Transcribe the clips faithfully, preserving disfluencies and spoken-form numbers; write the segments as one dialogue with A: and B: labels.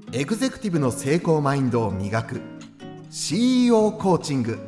A: エグゼクティブの成功マインドを磨く シーイーオー コーチング。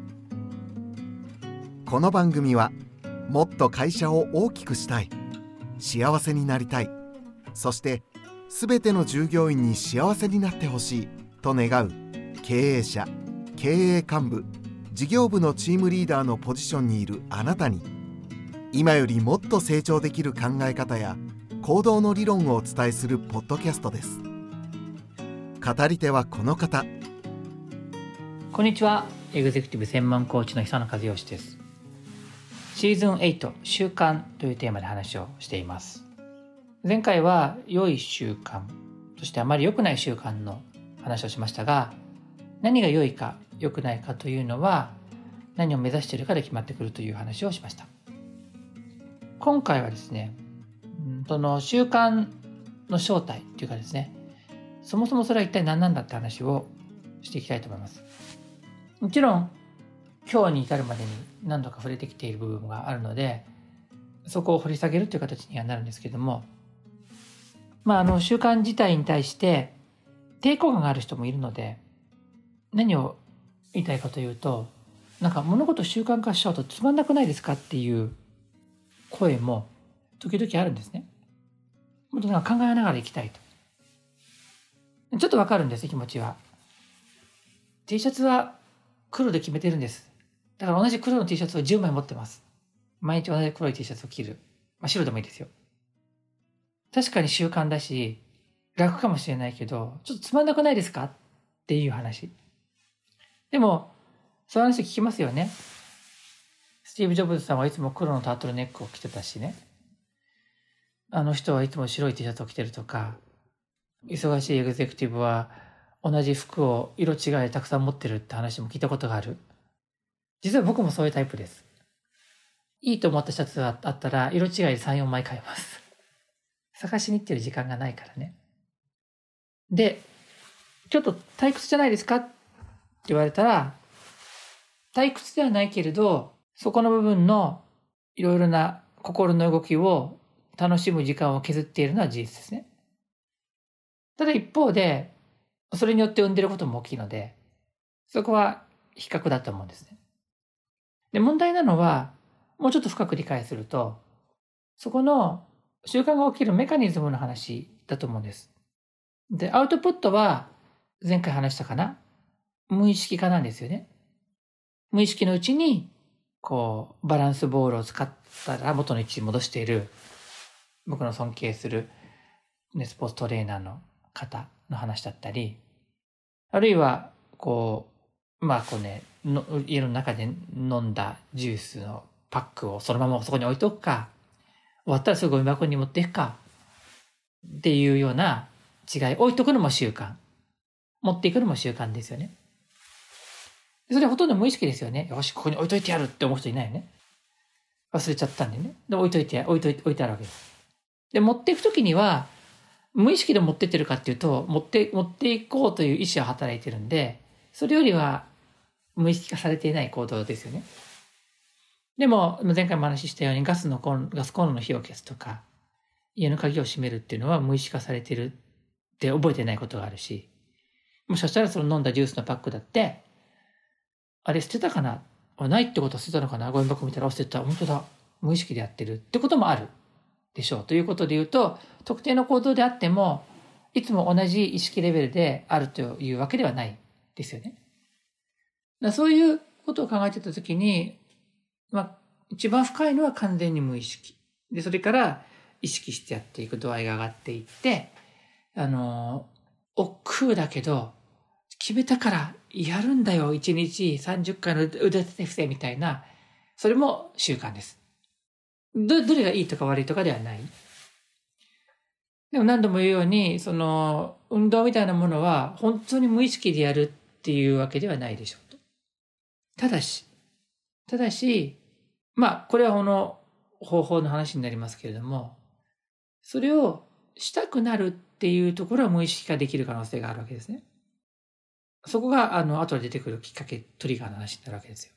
A: この番組はもっと会社を大きくしたい、幸せになりたい、そして全ての従業員に幸せになってほしいと願う経営者、経営幹部、事業部のチームリーダーのポジションにいるあなたに、今よりもっと成長できる考え方や行動の理論をお伝えするポッドキャストです。語り手はこの方。
B: こんにちは。エグゼクティブ専門コーチの久野和義です。シーズンはち、習慣というテーマで話をしています。前回は良い習慣、そしてあまり良くない習慣の話をしましたが、何が良いか良くないかというのは何を目指しているかで決まってくるという話をしました。今回はですね、その習慣の正体というかですね、そもそもそれは一体何なんだって話をしていきたいと思います。もちろん今日に至るまでに何度か触れてきている部分があるので、そこを掘り下げるという形にはなるんですけども、まああの習慣自体に対して抵抗感がある人もいるので、何を言いたいかというと、なんか物事を習慣化しちゃうとつまんなくないですかっていう声も時々あるんですね。もっとなんか考えながら生きたいと。ちょっとわかるんです、気持ちは。T シャツは黒で決めてるんです。だから同じ黒の T シャツをじゅうまい持ってます。毎日同じ黒い T シャツを着る。まあ白でもいいですよ。確かに習慣だし、楽かもしれないけど、ちょっとつまんなくないですかっていう話。でも、そういう話聞きますよね。スティーブ・ジョブズさんはいつも黒のタートルネックを着てたしね。あの人はいつも白い T シャツを着てるとか、忙しいエグゼクティブは同じ服を色違いでたくさん持ってるって話も聞いたことがある。実は僕もそういうタイプです。いいと思ったシャツがあったら色違いでさん、よんまい買います。探しに行ってる時間がないからね。で、ちょっと退屈じゃないですかって言われたら、退屈ではないけれど、そこの部分のいろいろな心の動きを楽しむ時間を削っているのは事実ですね。ただ一方で、それによって生んでいることも大きいので、そこは比較だと思うんですね。で、問題なのは、もうちょっと深く理解すると、そこの習慣が起きるメカニズムの話だと思うんです。で、アウトプットは前回話したかな？無意識化なんですよね。無意識のうちに、こう、バランスボールを使ったら元の位置に戻している、僕の尊敬する、ね、スポーツトレーナーの方の話だったり、あるいは、こう、まあこうね、の家の中で飲んだジュースのパックをそのままそこに置いとくか、終わったらすぐゴミ箱に持っていくか、っていうような違い。置いとくのも習慣。持っていくのも習慣ですよね。それはほとんど無意識ですよね。よし、ここに置いといてやるって思う人いないよね。忘れちゃったんでね。で、置いといて、置いといて、置いてあるわけです。で、持っていくときには、無意識で持ってってるかっていうと、持って、持っていこうという意思は働いてるんで、それよりは無意識化されていない行動ですよね。でも、前回も話したようにガスのコン、ガスコンロの火を消すとか、家の鍵を閉めるっていうのは無意識化されてるって覚えてないことがあるし、もしかしたらその飲んだジュースのパックだって、あれ捨てたかな？ないってことは捨てたのかな？ゴミ箱見たら捨てた。本当だ。無意識でやってるってこともあるでしょう。ということで言うと、特定の行動であっても、いつも同じ意識レベルであるというわけではないですよね。だそういうことを考えてたときに、まあ、一番深いのは完全に無意識。で、それから意識してやっていく度合いが上がっていって、あの、億劫だけど、決めたからやるんだよ。いちにちさんじゅっかいの腕立て伏せみたいな、それも習慣です。ど、どれがいいとか悪いとかではない。でも何度も言うように、その、運動みたいなものは本当に無意識でやるっていうわけではないでしょうと。ただし、ただし、まあ、これはこの方法の話になりますけれども、それをしたくなるっていうところは無意識化できる可能性があるわけですね。そこが、あの、後で出てくるきっかけ、トリガーの話になるわけですよ。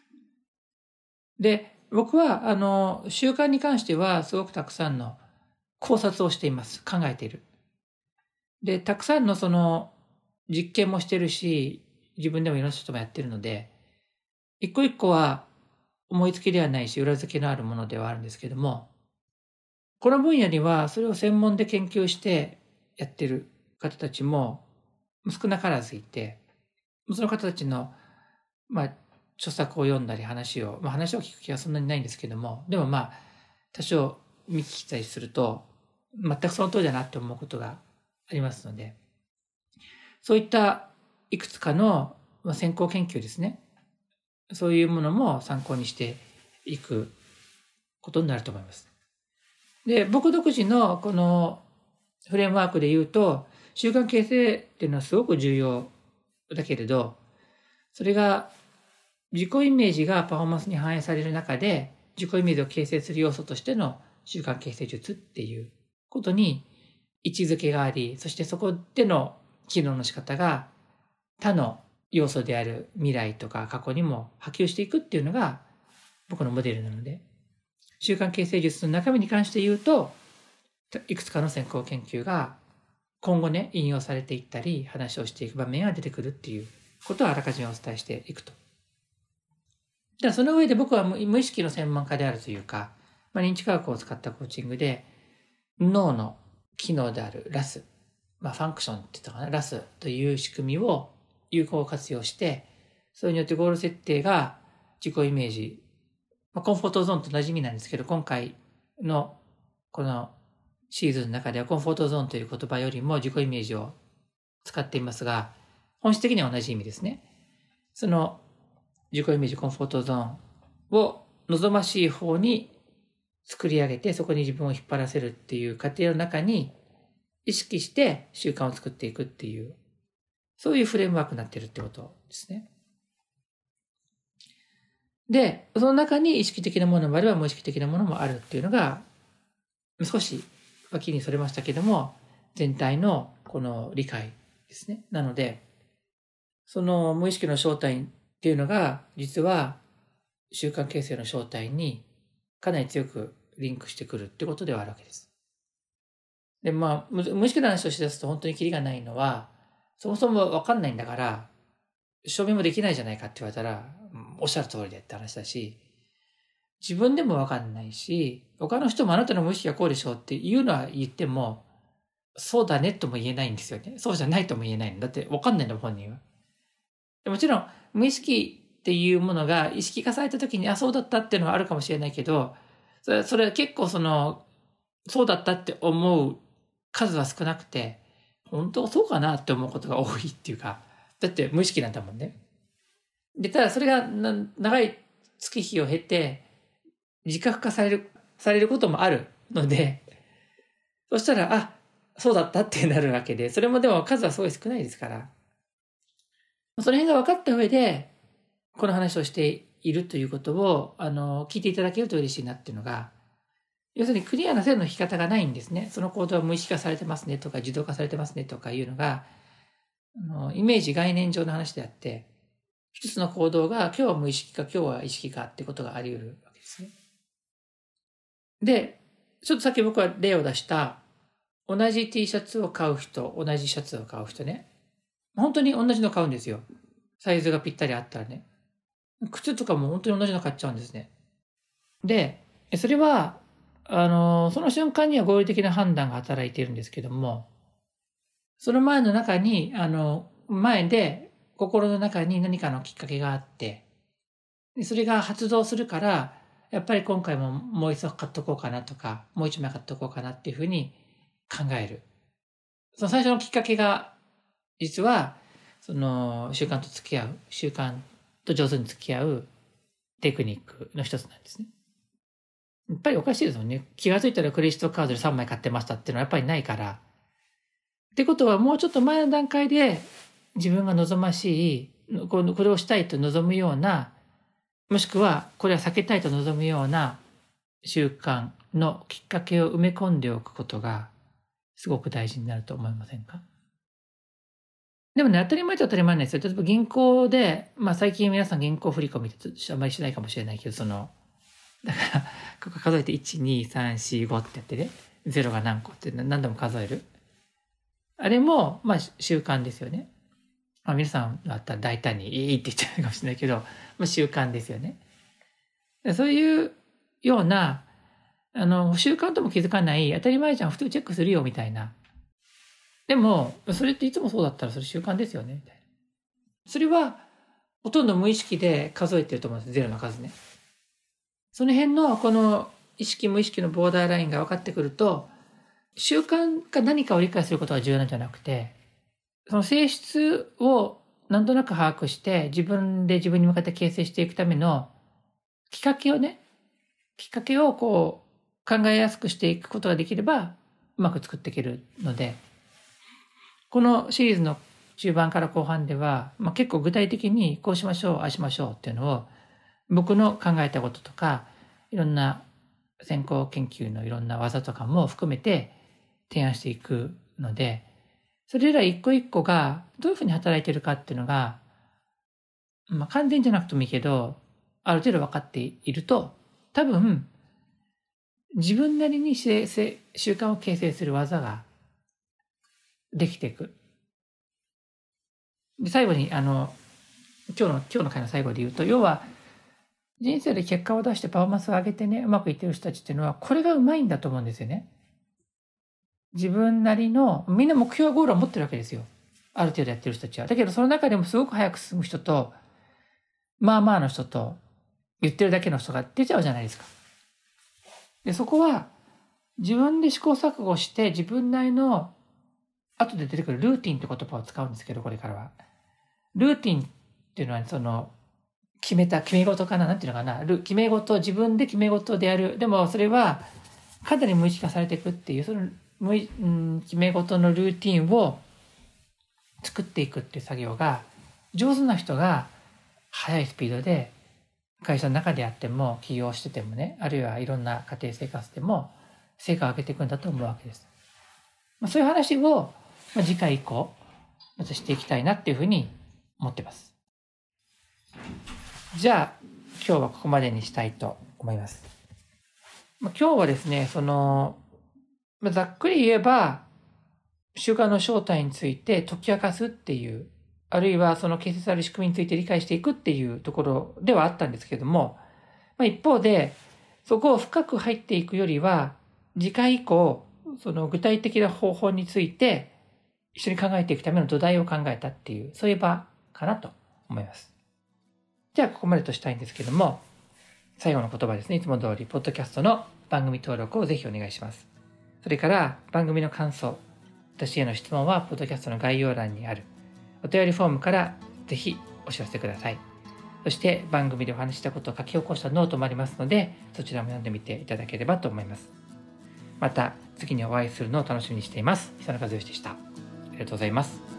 B: で、僕は、あの、習慣に関しては、すごくたくさんの考察をしています。考えている。 で、たくさんのその実験もしてるし、自分でもいろんな人もやってるので、一個一個は思いつきではないし、裏付けのあるものではあるんですけども、この分野にはそれを専門で研究してやってる方たちも少なからずいて、その方たちの、まあ、著作を読んだり話を、まあ、話を聞く気はそんなにないんですけども、でもまあ、多少見聞きたりすると、全くその通りだなって思うことがありますので、そういったいくつかの先行研究ですね。そういうものも参考にしていくことになると思います。で、僕独自のこのフレームワークで言うと、習慣形成っていうのはすごく重要だけれど、それが自己イメージがパフォーマンスに反映される中で、自己イメージを形成する要素としての習慣形成術っていうことに位置づけがあり、そしてそこでの機能の仕方が他の要素である未来とか過去にも波及していくっていうのが僕のモデルなので、習慣形成術の中身に関して言うと、いくつかの先行研究が今後ね、引用されていったり話をしていく場面が出てくるっていうことをあらかじめお伝えしていくと。じゃあその上で僕は無意識の専門家であるというか、まあ、認知科学を使ったコーチングで脳の機能であるラス、まあ、ファンクションって言ったかな、ラスという仕組みを有効活用して、それによってゴール設定が自己イメージ、まあ、コンフォートゾーンと馴染みなんですけど、今回のこのシーズンの中ではコンフォートゾーンという言葉よりも自己イメージを使っていますが、本質的には同じ意味ですね。その自己イメージコンフォートゾーンを望ましい方に作り上げて、そこに自分を引っ張らせるっていう過程の中に意識して習慣を作っていくっていう、そういうフレームワークになっているってことですね。で、その中に意識的なものもあれば無意識的なものもあるっていうのが、少し脇にそれましたけども、全体のこの理解ですね。なので、その無意識の正体っていうのが、実は習慣形成の正体にかなり強くリンクしてくるってことではあるわけです。で、まあ、無意識の話をしだすと本当にキリがないのは、そもそもわかんないんだから、証明もできないじゃないかって言われたら、おっしゃる通りでって話だし、自分でもわかんないし、他の人もあなたの無意識がこうでしょうっていうのは言っても、そうだねとも言えないんですよね。そうじゃないとも言えないんだってわかんないの、本人は。もちろん、無意識っていうものが意識化された時に、あ、そうだったっていうのはあるかもしれないけど、それ、それは結構その、そうだったって思う数は少なくて、本当そうかなって思うことが多いっていうか、だって無意識なんだもんね。で、ただそれが長い月日を経て、自覚化される、されることもあるので、そしたら、あ、そうだったってなるわけで、それもでも数はすごい少ないですから、その辺が分かった上で、この話をしているということを、あの、聞いていただけると嬉しいなっていうのが、要するにクリアな線の引き方がないんですね。その行動は無意識化されてますねとか、自動化されてますねとかいうのが、あのイメージ概念上の話であって、一つの行動が今日は無意識か今日は意識かってことがあり得るわけですね。で、ちょっとさっき僕は例を出した、同じ T シャツを買う人、同じシャツを買う人ね。本当に同じの買うんですよ。サイズがぴったりあったらね。靴とかも本当に同じの買っちゃうんですね。で、それは、あの、その瞬間には合理的な判断が働いているんですけども、その前の中に、あの、前で心の中に何かのきっかけがあって、それが発動するから、やっぱり今回ももう一度買っとこうかなとか、もう一枚買っとこうかなっていうふうに考える。その最初のきっかけが、実は、その習慣と付き合う、習慣と上手に付き合うテクニックの一つなんですね。やっぱりおかしいですもんね。気がついたらクレジットカードでさんまい買ってましたっていうのはやっぱりないから。ってことはもうちょっと前の段階で自分が望ましい、これをしたいと望むような、もしくはこれは避けたいと望むような習慣のきっかけを埋め込んでおくことがすごく大事になると思いませんか？でもね、当たり前と当たり前なんですよ。例えば銀行で、まあ最近皆さん銀行振り込みってあまりしないかもしれないけど、その、だから、ここ数えていち、に、さん、よん、ごってやってね、ゼロが何個って何度も数える。 あれも、まあ、習慣ですよね。まあ、皆さんだったら大胆にいいって言っちゃうかもしれないけど、まあ、習慣ですよね。そういうような、あの、習慣とも気づかない、当たり前じゃん、普通チェックするよ、みたいな。でも、それっていつもそうだったらそれ習慣ですよね、みたいな。それは、ほとんど無意識で数えてると思うんです、ゼロの数ね。その辺の、この意識無意識のボーダーラインが分かってくると、習慣が何かを理解することが重要なんじゃなくて、その性質をなんとなく把握して、自分で自分に向かって形成していくためのきっかけをね、きっかけをこう考えやすくしていくことができれば、うまく作っていけるので、このシリーズの中盤から後半では、まあ、結構具体的にこうしましょう、ああしましょうっていうのを、僕の考えたこととか、いろんな先行研究のいろんな技とかも含めて提案していくので、それら一個一個がどういうふうに働いているかっていうのが、まあ、完全じゃなくてもいいけど、ある程度分かっていると、多分、自分なりに習慣を形成する技ができていく。で、最後に、あの、今日の、今日の回の最後で言うと、要は、人生で結果を出してパフォーマンスを上げてね、うまくいってる人たちっていうのは、これがうまいんだと思うんですよね。自分なりの、みんな目標ゴールを持ってるわけですよ。ある程度やってる人たちは。だけど、その中でもすごく早く進む人と、まあまあの人と、言ってるだけの人が出ちゃうじゃないですか。で、そこは、自分で試行錯誤して、自分なりの、後で出てくるルーティンって言葉を使うんですけど、これからは。ルーティンっていうのは、その、決めた、決め事かななんていうのかなル決め事、自分で決め事でやる。でも、それは、かなり無意識化されていくっていう、その、無、うん、決め事のルーティンを作っていくっていう作業が、上手な人が、速いスピードで、会社の中であっても、起業しててもね、あるいはいろんな家庭生活でも、成果を上げていくんだと思うわけです。まあ、そういう話を、まあ、次回以降、またしていきたいなっていうふうに思ってます。じゃあ、今日はここまでにしたいと思います。まあ、今日はですね、その、まあ、ざっくり言えば、習慣の正体について解き明かすっていう、あるいはその形成される仕組みについて理解していくっていうところではあったんですけれども、まあ、一方で、そこを深く入っていくよりは、次回以降、その具体的な方法について一緒に考えていくための土台を考えたっていう、そういう場かなと思います。じゃあ、ここまでとしたいんですけども、最後の言葉ですね。いつも通り、ポッドキャストの番組登録をぜひお願いします。それから、番組の感想、私への質問は、ポッドキャストの概要欄にあるお便りフォームからぜひお知らせください。そして、番組でお話したことを書き起こしたノートもありますので、そちらも読んでみていただければと思います。また、次にお会いするのを楽しみにしています。久野和義でした。ありがとうございます。